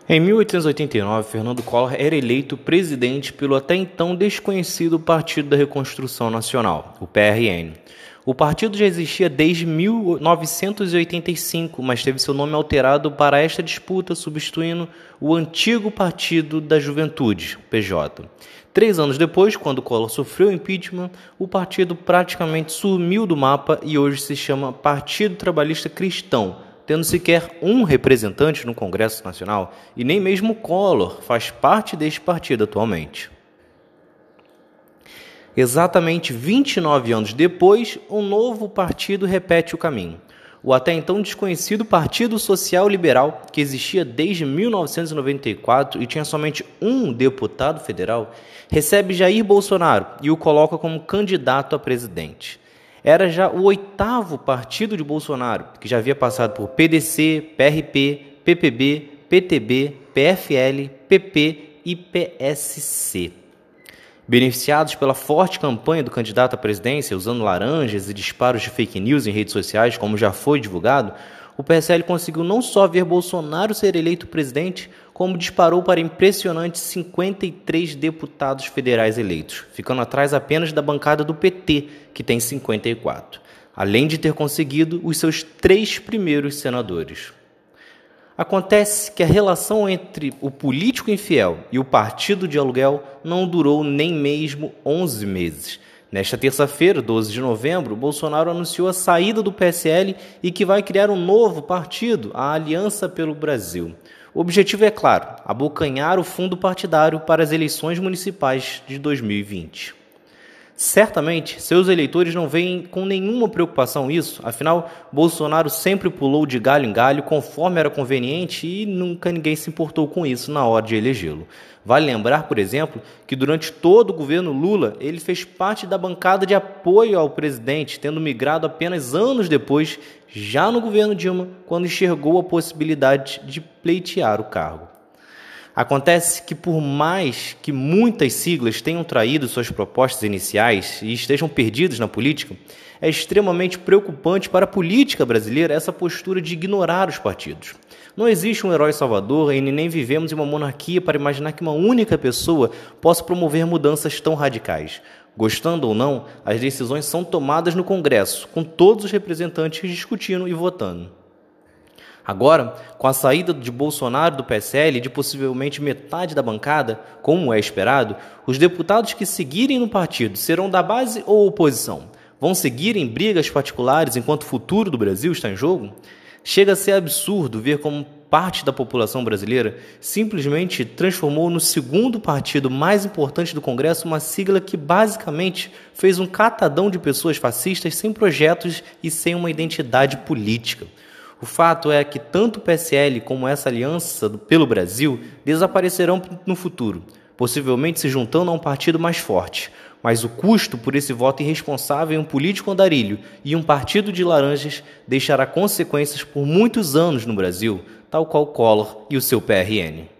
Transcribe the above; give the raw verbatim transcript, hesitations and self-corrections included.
Em mil oitocentos e oitenta e nove, Fernando Collor era eleito presidente pelo até então desconhecido Partido da Reconstrução Nacional, o P R N. O partido já existia desde mil novecentos e oitenta e cinco, mas teve seu nome alterado para esta disputa, substituindo o antigo Partido da Juventude, o P J. Três anos depois, quando Collor sofreu impeachment, o partido praticamente sumiu do mapa e hoje se chama Partido Trabalhista Cristão, tendo sequer um representante no Congresso Nacional, e nem mesmo Collor faz parte deste partido atualmente. Exatamente vinte e nove anos depois, um novo partido repete o caminho. O até então desconhecido Partido Social Liberal, que existia desde mil novecentos e noventa e quatro e tinha somente um deputado federal, recebe Jair Bolsonaro e o coloca como candidato a presidente. Era já o oitavo partido de Bolsonaro, que já havia passado por P D C, P R P, P P B, P T B, P F L, P P e P S C. Beneficiados pela forte campanha do candidato à presidência, usando laranjas e disparos de fake news em redes sociais, como já foi divulgado, o P S L conseguiu não só ver Bolsonaro ser eleito presidente, como disparou para impressionantes cinquenta e três deputados federais eleitos, ficando atrás apenas da bancada do P T, que tem cinquenta e quatro, além de ter conseguido os seus três primeiros senadores. Acontece que a relação entre o político infiel e o partido de aluguel não durou nem mesmo onze meses. Nesta terça-feira, doze de novembro, Bolsonaro anunciou a saída do P S L e que vai criar um novo partido, a Aliança pelo Brasil. O objetivo é claro, abocanhar o fundo partidário para as eleições municipais de dois mil e vinte. Certamente, seus eleitores não veem com nenhuma preocupação isso, afinal, Bolsonaro sempre pulou de galho em galho conforme era conveniente e nunca ninguém se importou com isso na hora de elegê-lo. Vale lembrar, por exemplo, que durante todo o governo Lula, ele fez parte da bancada de apoio ao presidente, tendo migrado apenas anos depois, já no governo Dilma, quando enxergou a possibilidade de pleitear o cargo. Acontece que, por mais que muitas siglas tenham traído suas propostas iniciais e estejam perdidas na política, é extremamente preocupante para a política brasileira essa postura de ignorar os partidos. Não existe um herói salvador e nem vivemos em uma monarquia para imaginar que uma única pessoa possa promover mudanças tão radicais. Gostando ou não, as decisões são tomadas no Congresso, com todos os representantes discutindo e votando. Agora, com a saída de Bolsonaro do P S L e de possivelmente metade da bancada, como é esperado, os deputados que seguirem no partido serão da base ou oposição? Vão seguir em brigas particulares enquanto o futuro do Brasil está em jogo? Chega a ser absurdo ver como parte da população brasileira simplesmente transformou no segundo partido mais importante do Congresso uma sigla que basicamente fez um catadão de pessoas fascistas sem projetos e sem uma identidade política. O fato é que tanto o P S L como essa aliança pelo Brasil desaparecerão no futuro, possivelmente se juntando a um partido mais forte. Mas o custo por esse voto irresponsável em um político andarilho e um partido de laranjas deixará consequências por muitos anos no Brasil, tal qual Collor e o seu P R N.